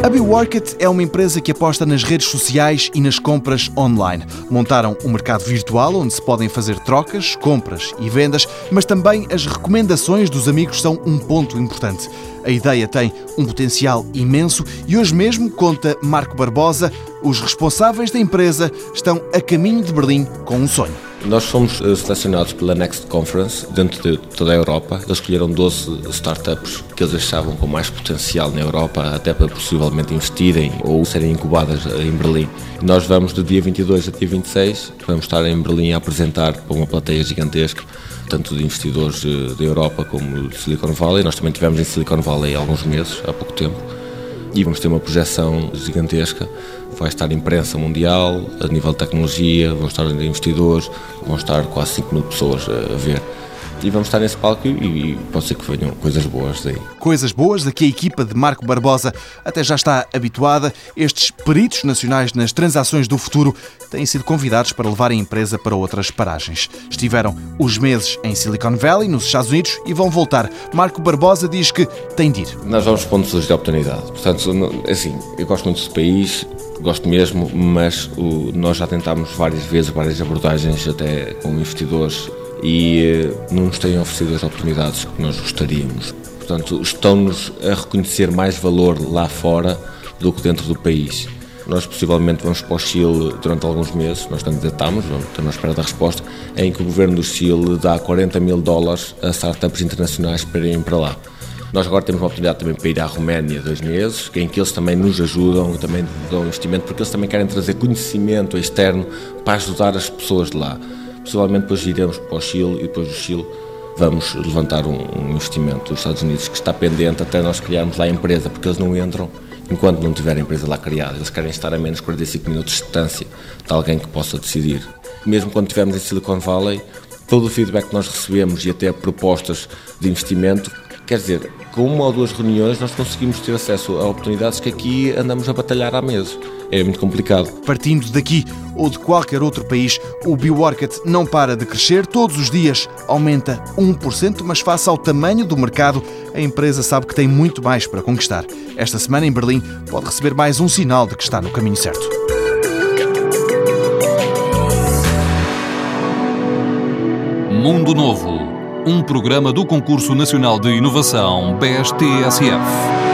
A BeWorkit é uma empresa que aposta nas redes sociais e nas compras online. Montaram um mercado virtual onde se podem fazer trocas, compras e vendas, mas também as recomendações dos amigos são um ponto importante. A ideia tem um potencial imenso e hoje mesmo, conta Marco Barbosa, os responsáveis da empresa estão a caminho de Berlim com um sonho. Nós fomos selecionados pela Next Conference dentro de toda a Europa. Eles escolheram 12 startups que eles achavam com mais potencial na Europa, até para possivelmente investirem ou serem incubadas em Berlim. Nós vamos do dia 22 a dia 26, vamos estar em Berlim a apresentar para uma plateia gigantesca, tanto de investidores da Europa como de Silicon Valley. Nós também estivemos em Silicon Valley há alguns meses, há pouco tempo. E vamos ter uma projeção gigantesca. Vai estar imprensa mundial, a nível de tecnologia, vão estar investidores, vão estar quase 5 mil pessoas a ver. E vamos estar nesse palco e pode ser que venham coisas boas daí. Coisas boas a que a equipa de Marco Barbosa até já está habituada. Estes peritos nacionais nas transações do futuro têm sido convidados para levar a empresa para outras paragens. Estiveram uns meses em Silicon Valley, nos Estados Unidos, e vão voltar. Marco Barbosa diz que tem de ir. Nós vamos para onde surge a oportunidade. Portanto, assim, eu gosto muito deste país, gosto mesmo, mas nós já tentámos várias vezes, várias abordagens até com investidores e não nos têm oferecido as oportunidades que nós gostaríamos. Portanto, estão-nos a reconhecer mais valor lá fora do que dentro do país. Nós possivelmente vamos para o Chile durante alguns meses, nós candidatamos, estamos à espera da resposta, em que o governo do Chile dá $40 mil a startups internacionais para irem para lá. Nós agora temos uma oportunidade também para ir à Roménia 2 meses, em que eles também nos ajudam e também dão investimento, porque eles também querem trazer conhecimento externo para ajudar as pessoas de lá. Possivelmente depois iremos para o Chile e depois do Chile vamos levantar um investimento dos Estados Unidos que está pendente até nós criarmos lá a empresa, porque eles não entram enquanto não tiver a empresa lá criada. Eles querem estar a menos 45 minutos de distância de alguém que possa decidir. Mesmo quando estivermos em Silicon Valley, todo o feedback que nós recebemos e até propostas de investimento, quer dizer, com 1 ou 2 reuniões nós conseguimos ter acesso a oportunidades que aqui andamos a batalhar há meses. É muito complicado. Partindo daqui ou de qualquer outro país, o BeWorkit não para de crescer. Todos os dias aumenta 1%, mas face ao tamanho do mercado, a empresa sabe que tem muito mais para conquistar. Esta semana em Berlim pode receber mais um sinal de que está no caminho certo. Mundo Novo, um programa do Concurso Nacional de Inovação BES-TSF.